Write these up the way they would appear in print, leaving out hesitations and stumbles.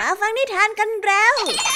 มาฟังนิทานกันแล้ว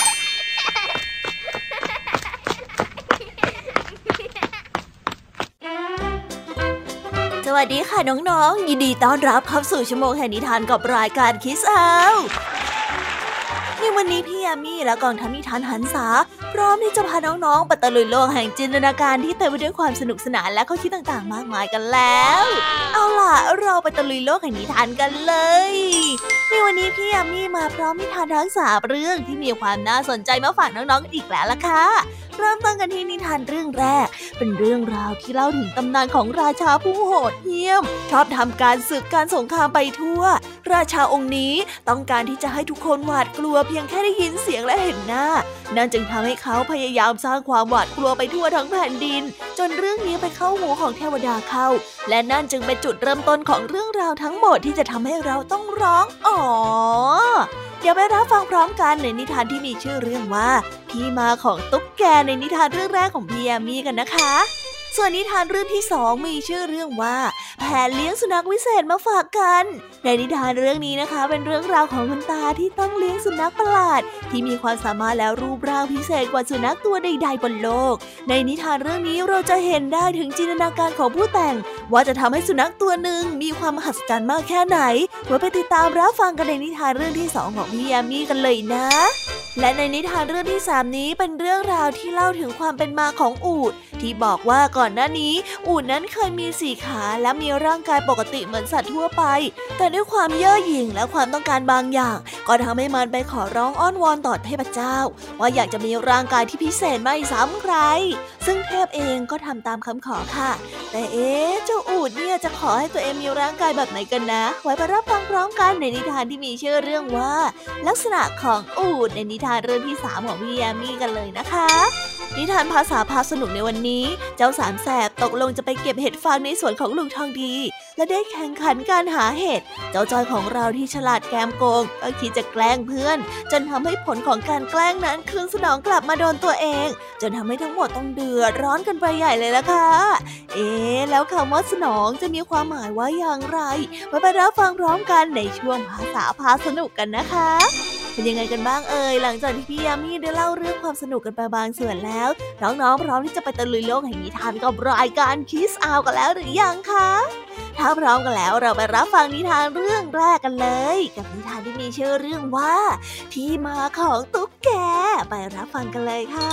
สวัสดีค่ะน้องๆยินดีต้อนรับเข้าสู่ชั่วโมงแห่งนิทานกับรายการคิสเอาในวันนี้พี่ยามีและกองทัพนิทานหันษาพร้อมที่จะพาน้องๆไปตะลุยโลกแห่งจินตนาการที่เต็มไปด้วยความสนุกสนานและข้อคิดต่างๆมากมายกันแล้วเอาล่ะเราไปตะลุยโลกแห่งนิทานกันเลยในวันนี้พี่ยามีมาพร้อมนิทานทั้ง3เรื่องที่มีความน่าสนใจมาฝากน้องๆกันอีกแล้วล่ะค่ะเริ่มต้นกันที่นิทานเรื่องแรกเป็นเรื่องราวที่เล่าถึงตำนานของราชาผู้โหดเหี้ยมชอบทำการศึกการสงครามไปทั่วราชาองค์นี้ต้องการที่จะให้ทุกคนหวาดกลัวเพียงแค่ได้ยินเสียงและเห็นหน้านั่นจึงทำให้เขาพยายามสร้างความหวาดกลัวไปทั่วทั้งแผ่นดินจนเรื่องนี้ไปเข้าหูของเทวดาเข้าและนั่นจึงเป็นจุดเริ่มต้นของเรื่องราวทั้งหมดที่จะทำให้เราต้องร้องอ๋อเดี๋ยวไปรับฟังพร้อมกันในนิทานที่มีชื่อเรื่องว่าที่มาของตุ๊กแกในนิทานเรื่องแรกของพี่ยามีกันนะคะส่วนนิทานเรื่องที่2มีชื่อเรื่องว่าแผนเลี้ยงสุนัขวิเศษมาฝากกันในนิทานเรื่องนี้นะคะเป็นเรื่องราวของคุณตาที่ต้องเลี้ยงสุนัขประหลาดที่มีความสามารถและรูปร่างพิเศษกว่าสุนัขตัวใดๆบนโลกในนิทานเรื่องนี้เราจะเห็นได้ถึงจินตนาการของผู้แต่งว่าจะทำให้สุนัขตัวหนึ่งมีความมหัศจรรย์มากแค่ไหนไว้ไปติดตามรับฟังกันในนิทานเรื่องที่2ของพี่ยามีกันเลยนะและในนิทานเรื่องที่3นี้เป็นเรื่องราวที่เล่าถึงความเป็นมาของอูฐที่บอกว่าก่อนหน้านี้อูฐนั้นเคยมี4ขาและมีร่างกายปกติเหมือนสัตว์ทั่วไปแต่ด้วยความเย่อหยิ่งและความต้องการบางอย่างก็ทำให้มันไปขอร้องอ้อนวอนต่อเทพเจ้าว่าอยากจะมีร่างกายที่พิเศษไม่ซ้ำใครซึ่งเทพเองก็ทำตามคำขอค่ะแต่เจ้าอูฐเนี่ยจะขอให้ตัวเองมีร่างกายแบบไหนกันนะไว้ไปรับฟังพร้อมกันในนิทานที่มีชื่อเรื่องว่าลักษณะของอูฐในนิทานเรื่องที่3ของพี่ยามีกันเลยนะคะนิทานภาษาพาสนุกในวันนี้เจ้าสามแสบตกลงจะไปเก็บเห็ดฟางในสวนของลุงทองดีและได้แข่งขันการหาเห็ดเจ้าจอยของเราที่ฉลาดแกมโกงก็คิดจะแกล้งเพื่อนจนทำให้ผลของการแกล้งนั้นคืนสนองกลับมาโดนตัวเองจนทำให้ทั้งหมดต้องเดือดร้อนกันไปใหญ่เลยล่ะค่ะแล้วคำว่าสนองจะมีความหมายว่าอย่างไรมาไปรับฟังพร้อมกันในช่วงภาษาพาสนุกกันนะคะเป็นยังไงกันบ้างหลังจากที่พี่ยามีได้เล่าเรื่องความสนุกกันไปบางส่วนแล้วน้องๆพร้อมที่จะไปตะลุยโลกแห่งนิทานกับรายการคิสเอากันแล้วหรือยังคะถ้าพร้อมกันแล้วเราไปรับฟังนิทานเรื่องแรกกันเลยกับนิทานที่มีชื่อเรื่องว่าที่มาของตุ๊กแกไปรับฟังกันเลยค่ะ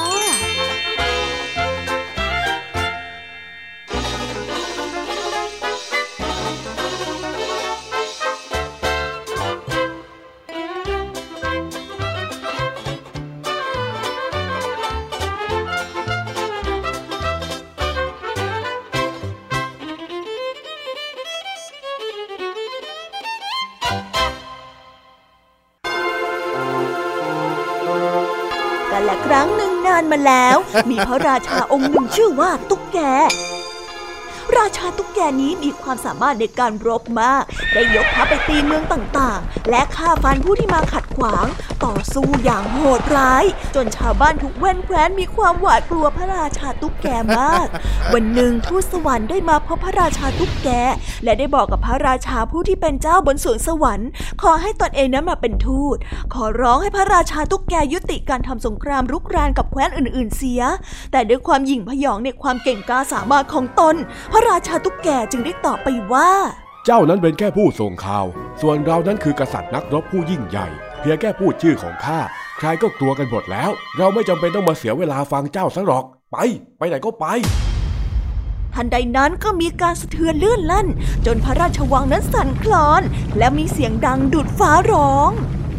และครั้งหนึ่งนานมาแล้วมีพระราชาองค์หนึ่งชื่อว่าตุ๊กแกราชาตุ๊กแกนี้มีความสามารถในการรบมากได้ยกทัพไปตีเมืองต่างๆและฆ่าฟันผู้ที่มาขัดขวางต่อสู้อย่างโหดร้ายจนชาวบ้านทุกแว่นแคว้นมีความหวาดกลัวพระราชาตุ๊กแกมากวันหนึ่งทูตสวรรค์ได้มาพบพระราชาตุ๊กแกและได้บอกกับพระราชาผู้ที่เป็นเจ้าบนสวงสวรรค์ขอให้ตนเองนั้นมาเป็นทูตขอร้องให้พระราชาตุ๊กแกยุติการทำสงครามรุกรานกับแคว้นอื่นๆเสียแต่ด้วยความหยิ่งพยองในความเก่งกล้าสามารถของตนพระราชาตุ๊กแกจึงได้ตอบไปว่าเจ้านั้นเป็นแค่ผู้ส่งข่าวส่วนเรานั้นคือกษัตริย์นักรบผู้ยิ่งใหญ่เพียงแค่พูดชื่อของข้าใครก็กลัวกันหมดแล้วเราไม่จำเป็นต้องมาเสียเวลาฟังเจ้าซะหรอกไปไหนก็ไปทันใดนั้นก็มีการสะเทือนเลื่อนลั่นจนพระราชวังนั้นสั่นคลอนและมีเสียงดังดุจฟ้าร้อง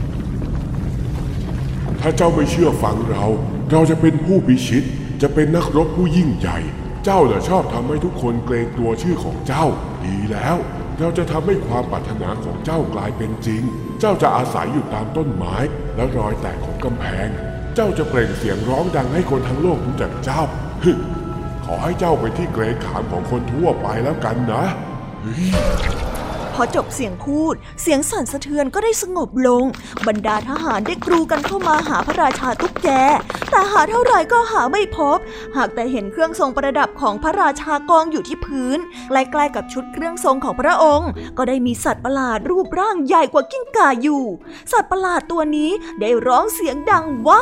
ถ้าเจ้าไม่เชื่อฟังเราจะเป็นผู้พิชิตจะเป็นนักรบผู้ยิ่งใหญ่เจ้าชอบทำให้ทุกคนเกรงกลัวชื่อของเจ้าดีแล้วเราจะทำให้ความปรารถนาของเจ้ากลายเป็นจริงเจ้าจะอาศัยอยู่ตามต้นไม้และรอยแตกของกำแพงเจ้าจะเปล่งเสียงร้องดังให้คนทั้งโลกรู้จักเจ้าขอให้เจ้าเป็นที่เกรงขามของคนทั่วไปแล้วกันนะพอจบเสียงพูดเสียงสั่นสะเทือนก็ได้สงบลงบรรดาทหารได้กรูกันเข้ามาหาพระราชาตุ๊กแกแต่หาเท่าไหร่ก็หาไม่พบหากแต่เห็นเครื่องทรงประดับของพระราชากองอยู่ที่พื้นใกล้ๆกับชุดเครื่องทรงของพระองค์ก็ได้มีสัตว์ประหลาดรูปร่างใหญ่กว่ากิ้งก่าอยู่สัตว์ประหลาดตัวนี้ได้ร้องเสียงดังว่า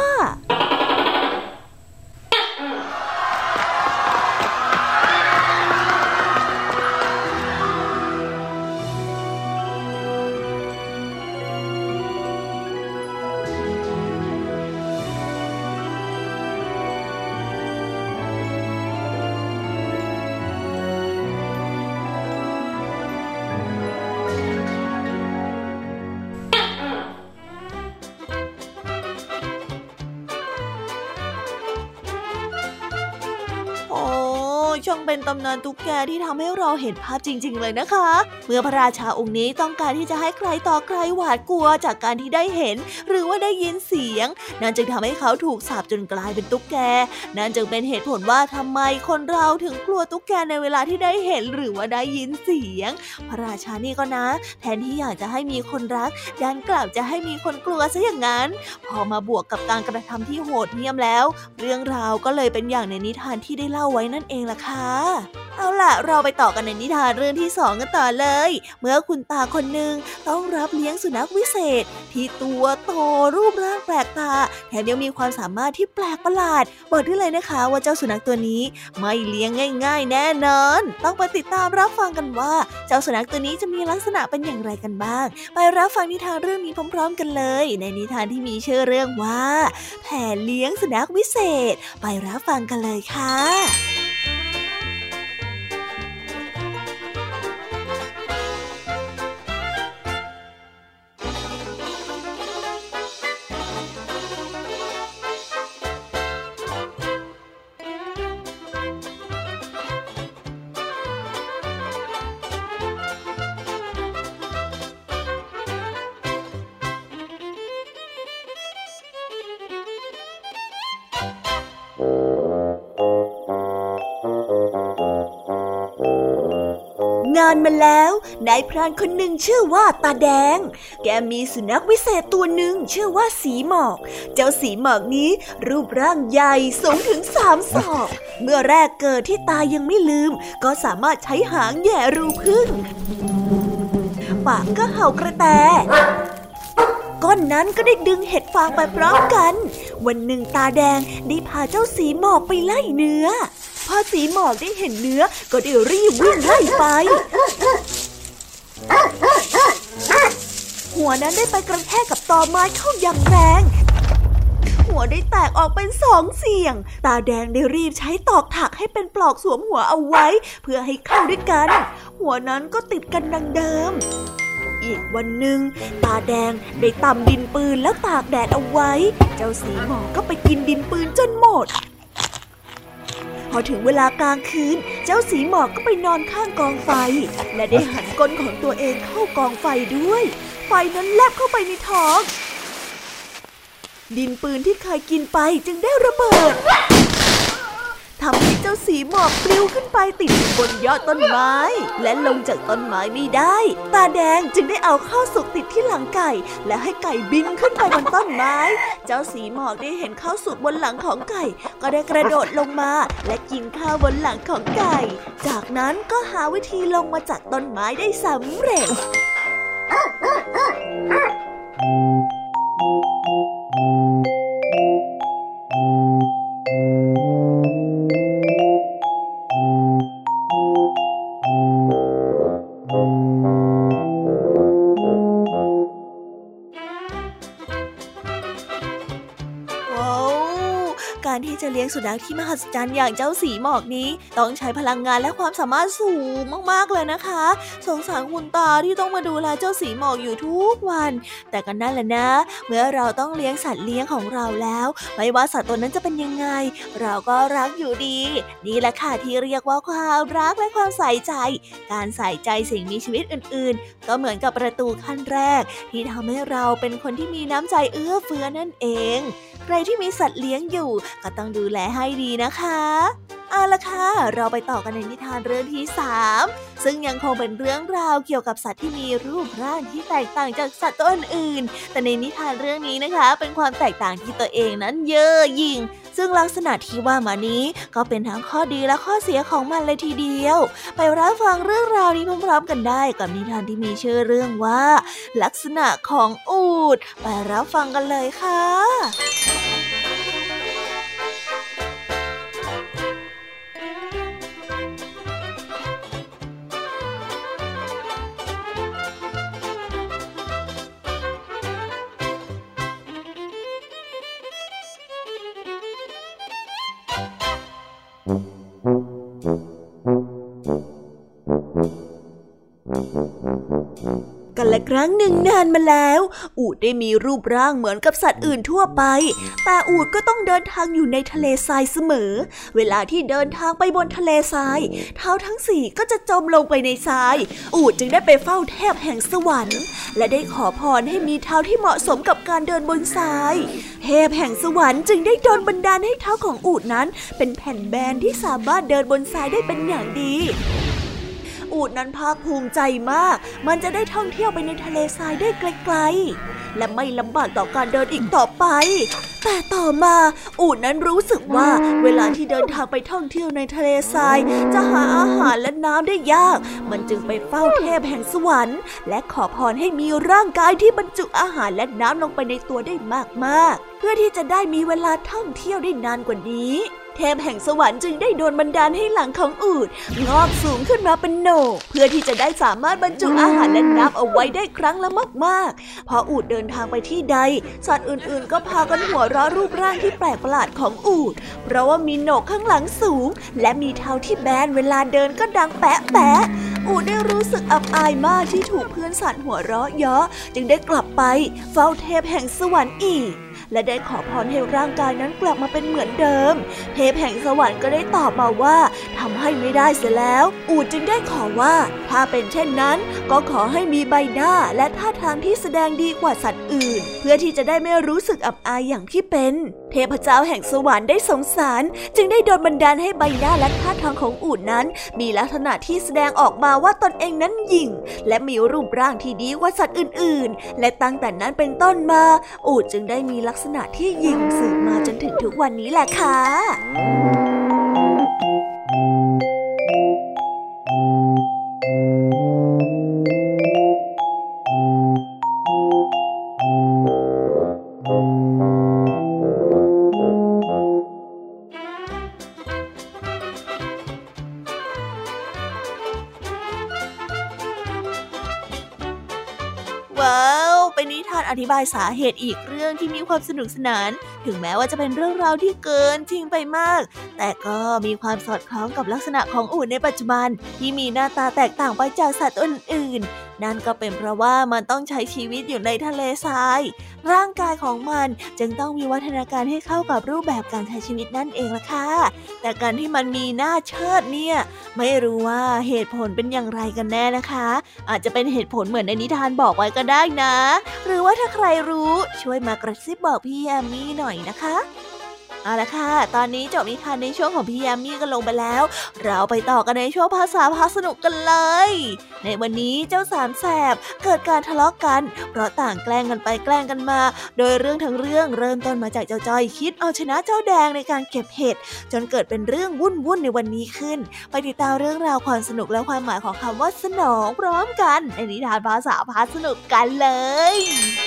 ช่างเป็นตำนานตุ๊กแกที่ทำให้เราเห็นภาพจริงๆเลยนะคะเมื่อพระราชาองค์นี้ต้องการที่จะให้ใครต่อใครหวาดกลัวจากการที่ได้เห็นหรือว่าได้ยินเสียงนั่นจึงทำให้เขาถูกสาปจนกลายเป็นตุ๊กแกนั่นจึงเป็นเหตุผลว่าทำไมคนเราถึงกลัวตุ๊กแกในเวลาที่ได้เห็นหรือว่าได้ยินเสียงพระราชานี่ก็นะแทนที่อยากจะให้มีคนรักดันกลับจะให้มีคนกลัวซะอย่างนั้นพอมาบวกกับการกระทำที่โหดเหี้ยมแล้วเรื่องราวก็เลยเป็นอย่างในนิทานที่ได้เล่าไว้นั่นเองล่ะค่ะเอาล่ะเราไปต่อกันในนิทานเรื่องที่2กันต่อเลยเมื่อคุณตาคนหนึ่งต้องรับเลี้ยงสุนัขวิเศษที่ตัวโตรูปร่างแปลกตาแถมยังมีความสามารถที่แปลกประหลาดบอกได้เลยนะคะว่าเจ้าสุนัขตัวนี้ไม่เลี้ยงง่ายๆแน่นอนต้องไปติดตามรับฟังกันว่าเจ้าสุนัขตัวนี้จะมีลักษณะเป็นอย่างไรกันบ้างไปรับฟังนิทานเรื่องนี้พร้อมๆกันเลยในนิทานที่มีชื่อเรื่องว่าแผนเลี้ยงสุนัขวิเศษไปรับฟังกันเลยค่ะงานมาแล้วนายพรานคนหนึ่งชื่อว่าตาแดงแกมีสุนัขวิเศษตัวหนึ่งชื่อว่าสีหมอกเจ้าสีหมอกนี้รูปร่างใหญ่สูงถึง3 ศอกเมื่อแรกเกิดที่ตายังไม่ลืมก็สามารถใช้หางแหย่รูผึ้งปากก็เห่ากระแตก้อนนั้นก็ได้ดึงเห็ดฟางไปพร้อมกันวันหนึ่งตาแดงได้พาเจ้าสีหมอกไปไล่เนื้อพอสีหมอกได้เห็นเนื้อก็ได้รีบวิ่งไล่ไปหัวนั้นได้ไปกระแทกกับตอไม้เข้าอย่างแรงหัวได้แตกออกเป็น2 เสี่ยงตาแดงได้รีบใช้ตอกถักให้เป็นปลอกสวมหัวเอาไว้เพื่อให้เข้าด้วยกันหัวนั้นก็ติดกันดังเดิมอีกวันหนึ่งตาแดงได้ตำดินปืนแล้วตากแดดเอาไว้เจ้าสีหมอกก็ไปกินดินปืนจนหมดพอถึงเวลากลางคืนเจ้าสีหมอกก็ไปนอนข้างกองไฟและได้หันก้นของตัวเองเข้ากองไฟด้วยไฟนั้นแลบเข้าไปในท้องดินปืนที่เคยกินไปจึงได้ระเบิดทำให้เจ้าสีหมอกปลิวขึ้นไปติดอยู่บนยอดต้นไม้และลงจากต้นไม้ไม่ได้ตาแดงจึงได้เอาข้าวสุกติดที่หลังไก่และให้ไก่บินขึ้นไปบนต้นไม้เจ้าสีหมอกได้เห็นข้าวสุกบนหลังของไก่ก็ได้กระโดดลงมาและกินข้าวบนหลังของไก่จากนั้นก็หาวิธีลงมาจากต้นไม้ได้สำเร็จการที่จะเลี้ยงสุนัขที่มหัศจรรย์อย่างเจ้าสีหมอกนี้ต้องใช้พลังงานและความสามารถสูงมากๆเลยนะคะสงสารคุณตาที่ต้องมาดูแลเจ้าสีหมอกอยู่ทุกวันแต่กันนั่นแหละนะเมื่อเราต้องเลี้ยงสัตว์เลี้ยงของเราแล้วไม่ว่าสัตว์ตัวนั้นจะเป็นยังไงเราก็รักอยู่ดีนี่แหละค่ะที่เรียกว่าความรักและความใส่ใจการใส่ใจสิ่งมีชีวิตอื่นๆก็เหมือนกับประตูขั้นแรกที่ทำให้เราเป็นคนที่มีน้ำใจเอื้อเฟื้อนั่นเองใครที่มีสัตว์เลี้ยงอยู่ก็ต้องดูแลให้ดีนะคะเอาล่ะค่ะเราไปต่อกันในนิทานเรื่องที่3ซึ่งยังคงเป็นเรื่องราวเกี่ยวกับสัตว์ที่มีรูปร่างที่แตกต่างจากสัตว์ตัวอื่นๆแต่ในนิทานเรื่องนี้นะคะเป็นความแตกต่างที่ตัวเองนั้นเย่อหยิ่งซึ่งลักษณะที่ว่ามานี้ก็เป็นทั้งข้อดีและข้อเสียของมันเลยทีเดียวไปรับฟังเรื่องราวนี้พร้อมๆกันได้กับนิทานที่มีชื่อเรื่องว่าลักษณะของอูฐไปรับฟังกันเลยค่ะกันละครั้งหนึ่งนานมาแล้วอูฐได้มีรูปร่างเหมือนกับสัตว์อื่นทั่วไปแต่อูฐก็ต้องเดินทางอยู่ในทะเลทรายเสมอเวลาที่เดินทางไปบนทะเลทรายเท้าทั้งสี่ก็จะจมลงไปในทรายอูฐจึงได้ไปเฝ้าเทพแห่งสวรรค์และได้ขอพรให้มีเท้าที่เหมาะสมกับการเดินบนทรายเทพแห่งสวรรค์จึงได้ดลบันดาลให้เท้าของอูฐนั้นเป็นแผ่นแบนที่สามารถเดินบนทรายได้เป็นอย่างดีอูฐนั้นภาคภูมิใจมากมันจะได้ท่องเที่ยวไปในทะเลทรายได้ไกลๆและไม่ลำบากต่อการเดินอีกต่อไปแต่ต่อมาอูฐนั้นรู้สึกว่าเวลาที่เดินทางไปท่องเที่ยวในทะเลทรายจะหาอาหารและน้ำได้ยากมันจึงไปเฝ้าเทพแห่งสวรรค์และขอพรให้มีร่างกายที่บรรจุอาหารและน้ำลงไปในตัวได้มากๆเพื่อที่จะได้มีเวลาท่องเที่ยวได้นานกว่านี้เทพแห่งสวรรค์จึงได้โดนบันดาลให้หลังของอูฐงอกสูงขึ้นมาเป็นโหนกเพื่อที่จะได้สามารถบรรจุอาหารและน้ำเอาไว้ได้ครั้งละมากๆพออูฐเดินทางไปที่ใดสัตว์อื่นๆก็พากันหัวเราะรูปร่างที่แปลกประหลาดของอูฐเพราะว่ามีโหนกข้างหลังสูงและมีเท้าที่แบนเวลาเดินก็ดังแปะแปะอูฐได้รู้สึกอับอายมากที่ถูกเพื่อนสัตว์หัวเราะเยาะจึงได้กลับไปเฝ้าเทพแห่งสวรรค์อีกและได้ขอพรให้ร่างกายนั้นกลับมาเป็นเหมือนเดิมเทพแห่งสวรรค์ก็ได้ตอบมาว่าทำให้ไม่ได้เสียแล้วอูฐจึงได้ขอว่าถ้าเป็นเช่นนั้นก็ขอให้มีใบหน้าและท่าทางที่แสดงดีกว่าสัตว์อื่นเพื่อที่จะได้ไม่รู้สึกอับอายอย่างที่เป็นเทพเจ้าแห่งสวรรค์ได้สงสารจึงได้โดนบันดาลให้ใบหน้าและท่าทางของอูฐนั้นมีลักษณะที่แสดงออกมาว่าตนเองนั้นหยิ่งและมีรูปร่างที่ดีกว่าสัตว์อื่นๆและตั้งแต่นั้นเป็นต้นมาอูฐจึงได้มีลักษณะที่หยิ่งสืบมาจนถึงทุกวันนี้แหละค่ะอธิบายสาเหตุอีกเรื่องที่มีความสนุกสนานถึงแม้ว่าจะเป็นเรื่องราวที่เกินจริงไปมากแต่ก็มีความสอดคล้องกับลักษณะของอูฐในปัจจุบันที่มีหน้าตาแตกต่างไปจากสัตว์อื่นๆนั่นก็เป็นเพราะว่ามันต้องใช้ชีวิตอยู่ในทะเลทรายร่างกายของมันจึงต้องมีวัฒนาการให้เข้ากับรูปแบบการใช้ชีวิตนั่นเองล่ะค่ะแต่การที่มันมีหน้าเชิดเนี่ยไม่รู้ว่าเหตุผลเป็นอย่างไรกันแน่นะคะอาจจะเป็นเหตุผลเหมือนในนิทานบอกไว้ก็ได้นะหรือว่าถ้าใครรู้ช่วยมากระซิบบอกพี่แอมมี่หน่อยนะคะเอาละค่ะตอนนี้จบนิทานในช่วงของพี่แอมมี่กันลงไปแล้วเราไปต่อกันในช่วงภาษาพาสนุกกันเลยในวันนี้เจ้าสามแสบเกิดการทะเลาะกันเพราะต่างแกล้งกันไปแกล้งกันมาโดยเรื่องทั้งเรื่องเริ่มต้นมาจากเจ้าจ้อยคิดเอาชนะเจ้าแดงในการเก็บเห็ดจนเกิดเป็นเรื่องวุ่นๆในวันนี้ขึ้นไปติดตามเรื่องราวความสนุกและความหมายของคำว่าสนองพร้อมกันในนิทานภาษาพาสนุกกันเลย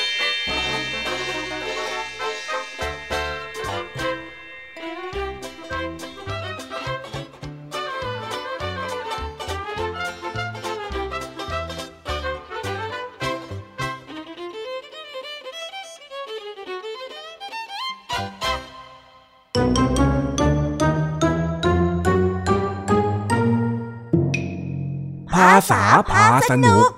ภาษาพาสนุก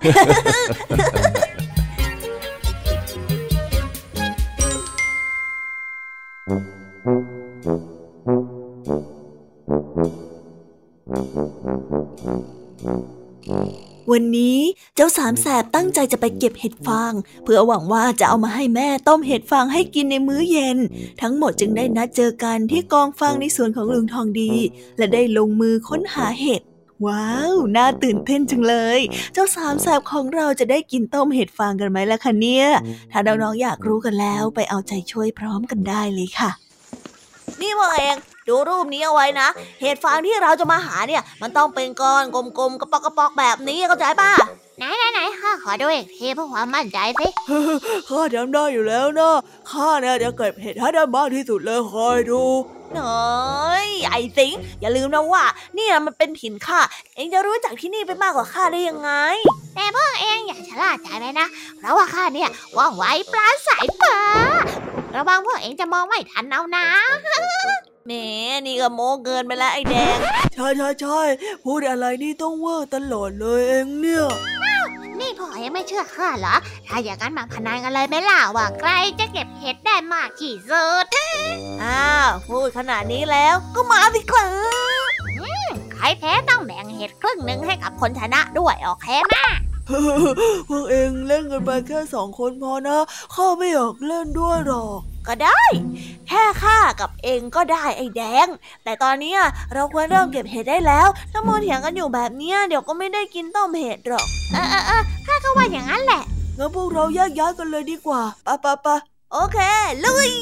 วันนี้เจ้าสามแสบตั้งใจจะไปเก็บเห็ดฟางเพื่อหวังว่าจะเอามาให้แม่ต้มเห็ดฟางให้กินในมื้อเย็นทั้งหมดจึงได้นัดเจอกันที่กองฟางในสวนของลุงทองดีและได้ลงมือค้นหาเห็ดว้าวน่าตื่นเต้นจังเลยเจ้าสามแสบของเราจะได้กินต้มเห็ดฟางกันไหมล่ะคะเนี่ยถ้าน้องๆอยากรู้กันแล้วไปเอาใจช่วยพร้อมกันได้เลยค่ะนี่พวกเองดูรูปนี้เอาไว้นะเห็ดฟางที่เราจะมาหาเนี่ยมันต้องเป็นก้อนกลมๆกระปอกๆแบบนี้เข้าใจป่ะไหนข้าขอดูอีกทีเพื่อความมั่นใจสิข้าทำได้อยู่แล้วนะข้าเนี่ยจะเก็บเห็ดให้ได้มากที่สุดเลยคอยดูน้อยไอ้สิงอย่าลืมนะว่านี่มันเป็นถิ่นข้าเองจะรู้จักที่นี่ไปมากกว่าข้าได้ยังไงแต่พวกเองอย่าชะล่าใจไปนะเพราะว่าข้าเนี่ยว่องไวปราศสายฟ้าระวังพวกเองจะมองไม่ทันเอานะแหมนี่ก็โม้เกินไปแล้วไอ้แดงใช่พูดอะไรนี่ต้องเวอร์ตลอดเลยเองเนี่ยนี่พ่อเองไม่เชื่อข้าเหรอถ้าอย่างนั้นมาพนันกันเลยไหมล่ะว่าใครจะเก็บเห็ดได้มากที่สุดพูดขนาดนี้แล้วก็มาสิครับใครแพ้ต้องแบ่งเห็ดครึ่งนึงให้กับคนชนะด้วยโอเคไหมพวกเองเล่นกันไปแค่2 คนพอนะข้าไม่อยากเล่นด้วยหรอกก็ได้แค่ข้ากับเองก็ได้ไอ้แดงแต่ตอนนี้เราควรเริ่มเก็บเห็ดได้แล้วถ้ามัวเถียงกันอยู่แบบนี้เดี๋ยวก็ไม่ได้กินต้มเห็ดหรอกข้าก็ว่าอย่างนั้นแหละงั้นพวกเราแยกย้ายกันเลยดีกว่าไปโอเคลุย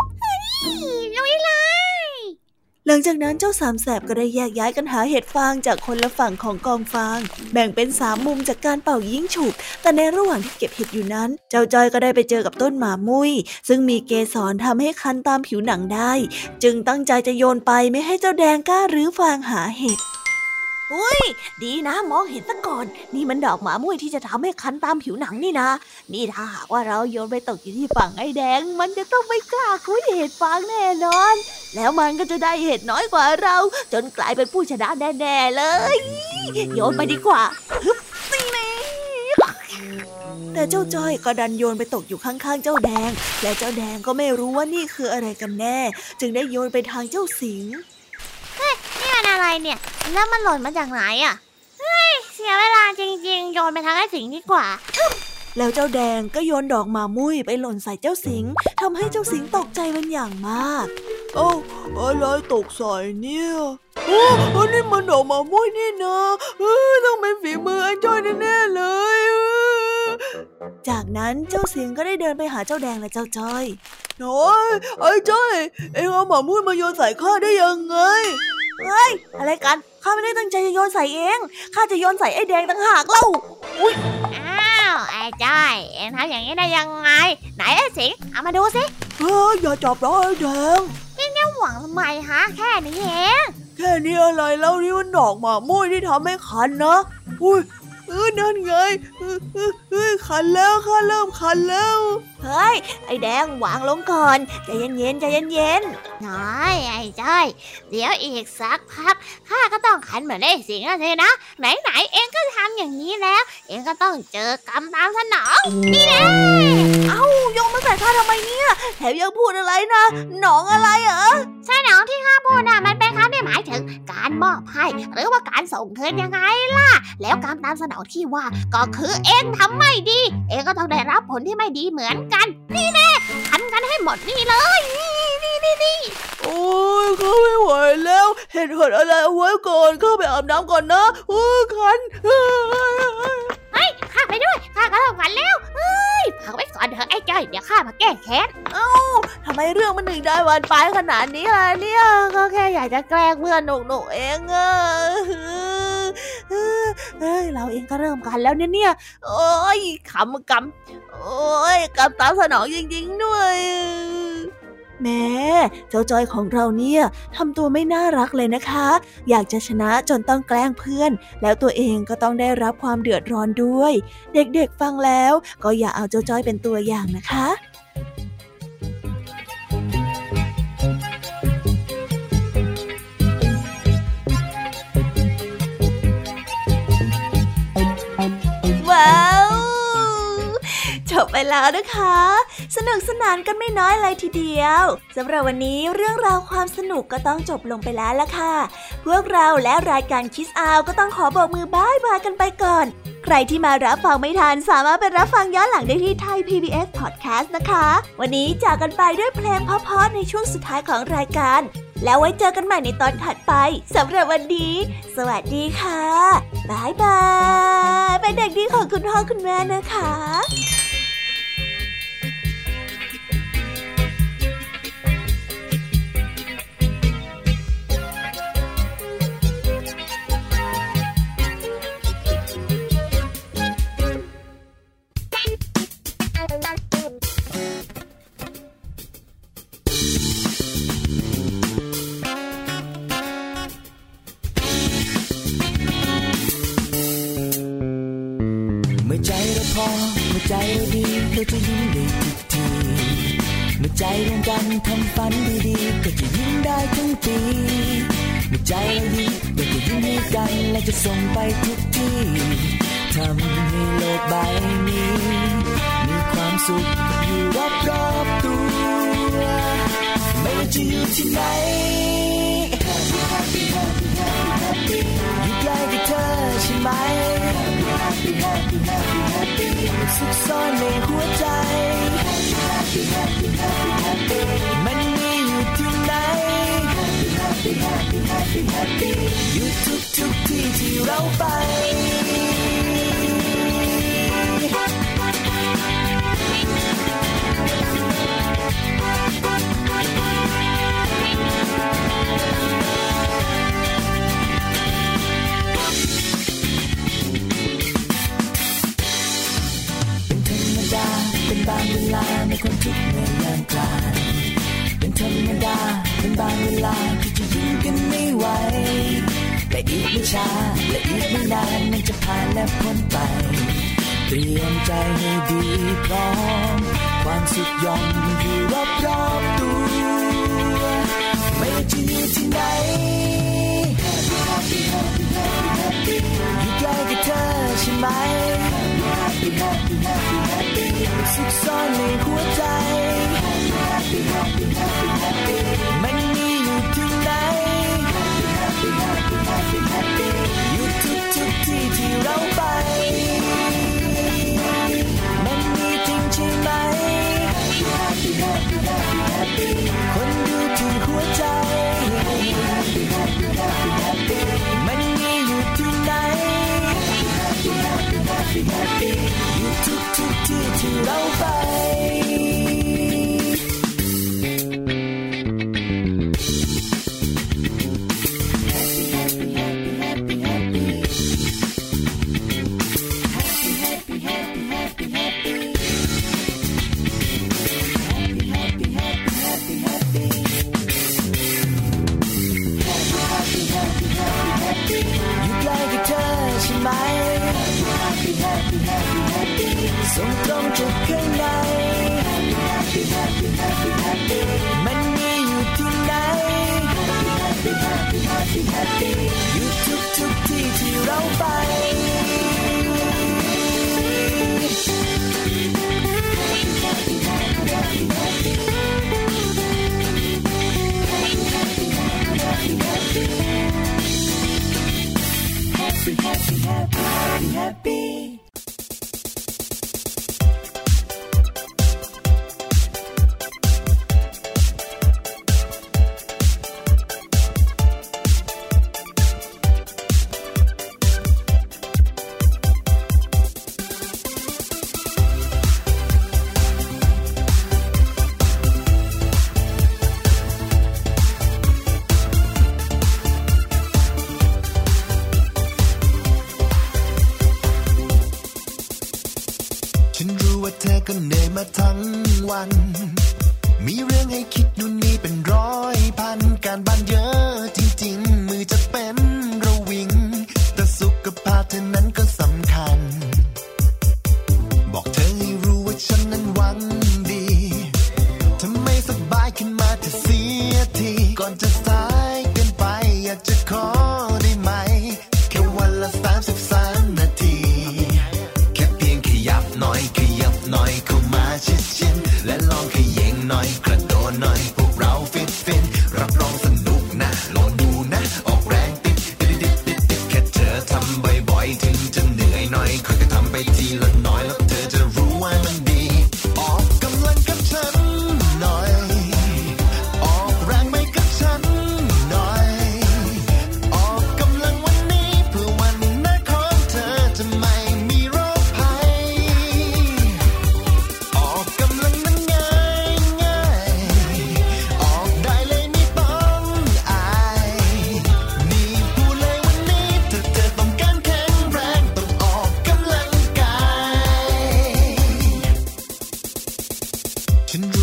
เลยหลังจากนั้นเจ้าสามแสบก็ได้แยกย้ายกันหาเห็ดฟางจากคนละฝั่งของกองฟางแบ่งเป็น3 มุมจากการเป่ายิงฉุบแต่ในระหว่างที่เก็บเห็ดอยู่นั้นเจ้าจ้อยก็ได้ไปเจอกับต้นหมามุ้ยซึ่งมีเกสรทำให้คันตามผิวหนังได้จึงตั้งใจจะโยนไปไม่ให้เจ้าแดงกล้ารื้อฟางหาเห็ดอุ้ยดีนะมองเห็นซะก่อนนี่มันดอกหมามุ้ยที่จะทำให้คันตามผิวหนังนี่นะนี่ถ้าหากว่าเราโยนไปตกอยู่ที่ฝั่งไอ้แดงมันจะต้องไม่กล้าคุยเห็ดฟางแน่นอนแล้วมันก็จะได้เห็ดน้อยกว่าเราจนกลายเป็นผู้ชนะแน่ๆเลยโยนไปดีกว่าฮึบนี่แต่เจ้าจ้อยก็ดันโยนไปตกอยู่ข้างๆเจ้าแดงและเจ้าแดงก็ไม่รู้ว่านี่คืออะไรกันแน่จึงได้โยนไปทางเจ้าสิงนี่มันอะไรเนี่ยแล้วมันหล่นมาจากไหนเฮ้ยเสียเวลาจริงๆโยนไปทางไอ้สิงดีกว่าแล้วเจ้าแดงก็โยนดอกหมามุ้ยไปหล่นใส่เจ้าสิงทำให้เจ้าสิงตกใจเป็นอย่างมากอะไรตกใส่เนี่ยอันนี้มันดอกหมามุ้ยนี่นะต้องเป็นฝีมือไอ้จ้อยแน่ๆเลยจากนั้นเจ้าสิงก็ได้เดินไปหาเจ้าแดงและเจ้าจ้อยน้อยไอ้จ้อยเอ็งเอาหมามุ้ยมาโยนใส่ข้าได้ยังไงเฮ้ยอะไรกันข้าไม่ได้ตั้งใจจะโยนใส่เองข้าจะโยนใส่ไอ้แดงต่างหากเล่าอุ๊ยไอ้จ้อยเอ็งทำอย่างนี้ได้ยังไงไหนไอ้สิงเอามาดูสิอย่าจับเราไอ้แดงนี่จะหวังทำไมฮะแค่นี้เองแค่นี้อะไรแล้วนี่มันดอกหมามุ้ยที่ทำให้คันนะอุ้ยนั่นไงคันแล้วข้าเริ่มคันแล้วเฮ้ยไอ้แดงวางลงก่อนใจเย็นน้อยไอ้จ้อยเดี๋ยวอีกสักพักข้าก็ต้องคันเหมือนไอ้สิงห์เลยนะไหนเองก็ทำอย่างนี้แล้วเองก็ต้องเจอกรรมตามสนองนี่แหละโยงมาใส่ข้าทำไมเนี่ยแถมยังพูดอะไรนะหนองอะไรเหรอสนองที่ข้าพูดมันเป็นคำที่หมายถึงการมอบให้หรือว่าการส่งคืนยังไงล่ะแล้วกรรมตามสนองที่ว่าก็คือเองทำไม่ดีเองก็ต้องได้รับผลที่ไม่ดีเหมือนกันนี่แน่คันกันให้หมดนี่เลยนี่โอ้ยข้าไม่ไหวแล้วเห็นอะไรเอาไว้ก่อนข้าไปอาบน้ำก่อนนะคันเฮ้ยข้าไปด้วยข้าก็ต้องคันแล้วพักไว้ก่อนเถอะไอ้จ้อยเดี๋ยวข้ามาแก้แค้นทำไมเรื่องมันถึงได้บานปลายขนาดนี้ล่ะเนี่ยก็แค่อยากจะแกล้งเพื่อนหนุกเองเราเองก็เริ่มกันแล้วเนี่ยโอ้ยขำกำตามสนองจริงๆด้วยแม่เจ้าจอยของเราเนี่ยทำตัวไม่น่ารักเลยนะคะอยากจะชนะจนต้องแกล้งเพื่อนแล้วตัวเองก็ต้องได้รับความเดือดร้อนด้วยเด็กๆฟังแล้วก็อย่าเอาเจ้าจอยเป็นตัวอย่างนะคะว้าวจบไปแล้วนะคะสนุกสนานกันไม่น้อยเลยทีเดียวสำหรับวันนี้เรื่องราวความสนุกก็ต้องจบลงไปแล้วล่ะค่ะพวกเราและรายการคิสอาวก็ต้องขอบอกมือบ๊ายบายกันไปก่อนใครที่มารับฟังไม่ทันสามารถไปรับฟังย้อนหลังได้ที่ไทย PBS Podcast นะคะวันนี้จากกันไปด้วยเพลงเพราะๆในช่วงสุดท้ายของรายการแล้วไว้เจอกันใหม่ในตอนถัดไปสำหรับวันนี้สวัสดีค่ะบ๊ายบายเป็นเด็กดีของคุณพ่อคุณแม่นะคะใจเราดีก็จะยิ้มได้ทุกทีเมื่อใจร่วมกันทำฝันดีๆก็จะยิ้มได้ทั้งปีเมื่อใจเราดีก็จะยิ้มให้กันและจะส่งไปทุกที่ทำให้โลกใบนี้มีความสุขอยู่รอบๆตัวไม่ว่าจะอยู่ที่ไหน Happy Happy Happy Happy Happy อยู่ใกล้กับเธอใช่ไหม Happy Happy Happy Happy สุขซ่อนในหัวใจ Happy Happy Happy Happy มันมีอยู่ที่ไหน Happy Happy Happy Happy อยู่ทุกที่ที่เราไปเป็นบางเวลาในความทุกข์ในยามกลางเป็นธรรมดาเป็นบางเวลาที่จะยิ้มกันไม่ไหวและอีกไม่ช้าและอีกไม่นานมันจะผ่านและพ้นไปเตรียมใจให้ดีพร้อมความสุขย่อมอยู่รอบๆตัวไม่ว่าจะอยู่ที่ไหน Happy Happy Happy Happy อยู่ใกล้กับเธอใช่ไหม Happy Happy Happy Happy สุขซ่อนในหัวใจ Happy Happy Happy Happy มันมีอยู่ที่ไหน Happy Happy Happy Happy อยู่ทุกที่ที่เราไปมันมีจริงใช่ไหม Happy Happy Happy Happy คนดูที่หัวใจ Happy Happy Happy Happy มันมีอยู่ที่ไหน Happy Happy Happy Happy อยู่ทุกที่ที่เราไปส่งตรงจากข้างในมันมีอยู่ที่ไหนอยู่ทุกที่ที่เราไปHappy Happy Happy Happyก็เหนื่อยมาทั้งวันมีเรื่องให้คิดนู่นนี่เป็นร้อยพันการบ้านเยอะจริงๆมือจะเป็นระวิงแต่สุขภาพเธอนั้นก็สำคัญบอกเธอให้รู้ว่าฉันนั้นหวังดีถ้าไม่สบายขึ้นมาเธอเสียทีก่อนจะสายเกินไปอยากจะขอได้ไหมแค่วันละ33 นาทีแค่เพียงขยับหน่อยเข้ามา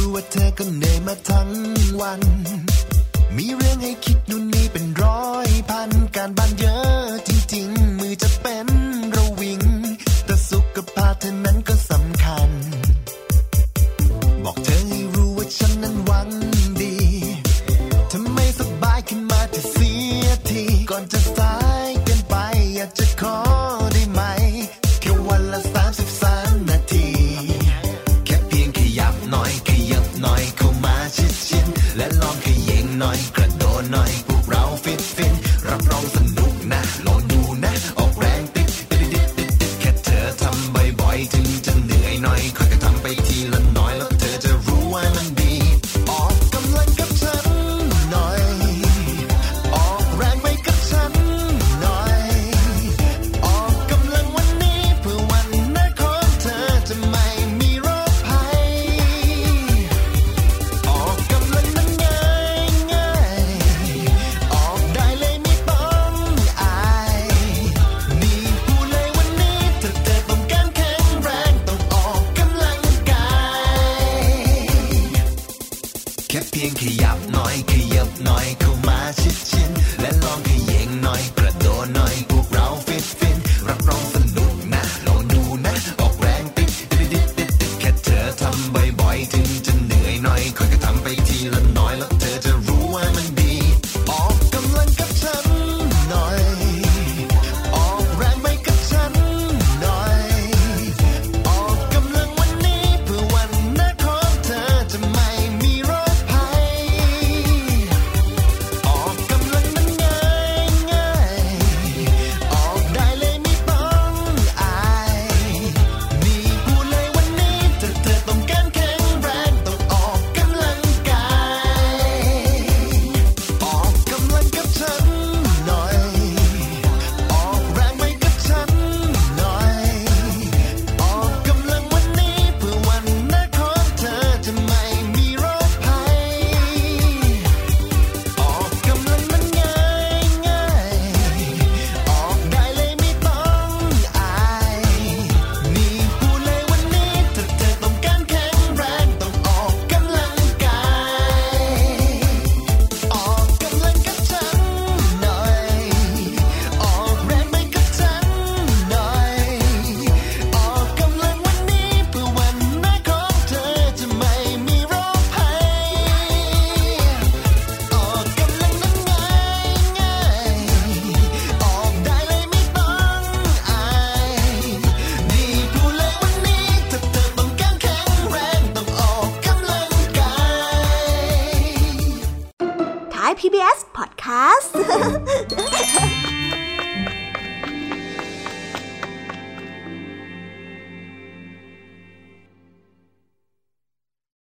ว่าเธอก็เหนื่อยมาทั้งวันมีเรื่องให้คิดนู่นนี่เป็นร้อยพันการบ้านเยอะจริงๆมือจะเป็นระวิงแต่สุขภาพเธอนั้นก็สำคัญบอกเธอให้รู้ว่าฉันนั้นหวังดีถ้าไม่สบายขึ้นมาจะเสียทีก่อนจะสายเกินไปอยากจะขอได้ไหมแค่วันละ33 นาทีแค่เพียงขยับหน่อยขยับหน่อยเข้ามาชิดๆและลองขยิงหน่อยกระโดดหน่อยพวกเราฟินรับรองสนุกนะลองดูนะออกแรงติดแค่เธอทำบ่อยๆถึงจะเหนื่อยหน่อยค่อยๆทำไปทีละน้อยแล้วเธอจะรู้ว่ามันดีออกกำลังกับฉันหน่อยออกแรงไปกับฉันหน่อยออกกำลังวันนี้เพื่อวันหน้าของเธอจะไม่มีโรคภัยออกกำลังนั้นง่ายออกได้เลยไม่ต้องอายนี่พูดเลยวันนี้ถ้าเธอต้องการแข็งแรงต้องออกกำลังกายแค่เพียงขยับหน่อยขยับหน่อยเข้ามาชิดๆและลองขยิงหน่อยกระโดดหน่อยพวกเราฟินรับรองสนุกนะลองดูนะออกแรงติดแค่เธอทำบ่อยๆถึงจะเหนื่อยหน่อยค่อยๆทำไปทีละน้อยแล้วเธอจะรู้ว่ามันดีออกกำลังกับฉันหน่อยออกแรงไปกับฉันหน่อยออกกำลังวันนี้เพื่อวันหน้าของเธอจะไม่มีโรคภัยออกกำลังนั้นง่ายออกได้เลยไม่ต้องอายนี่พูดเลยวันนี้ถ้าเธอต้องการแข็งแรงต้องออกกำลังกายออกกำลังกับฉันหน่อยออกแรงไปกับฉันหน่อยออกกำลังวันนี้เพื่อวันหน้าของเธอจะไม่มีโรคภัยออกกำลังนั้นง่ายออกได้เลยไม่ต้องอายนี่พูดเลยวันนี้ถ้าเธอต้องการแข็งแรงต้องออกกำลังกายออกกำลังกับฉันหน่อยออกแรงไปกับฉันหน่อยออกกำลังวันนี้เพื่อวันหน้าของเธอจะไม่มีโรคภัยออกกำลังนั้นง่ายออกได้เลยไม่ต้องอายนี่พูดเลยวันนี้ถ้าเธอต้องการแข็งแรงต้องออกกำลังกาย Thai PBS Podcast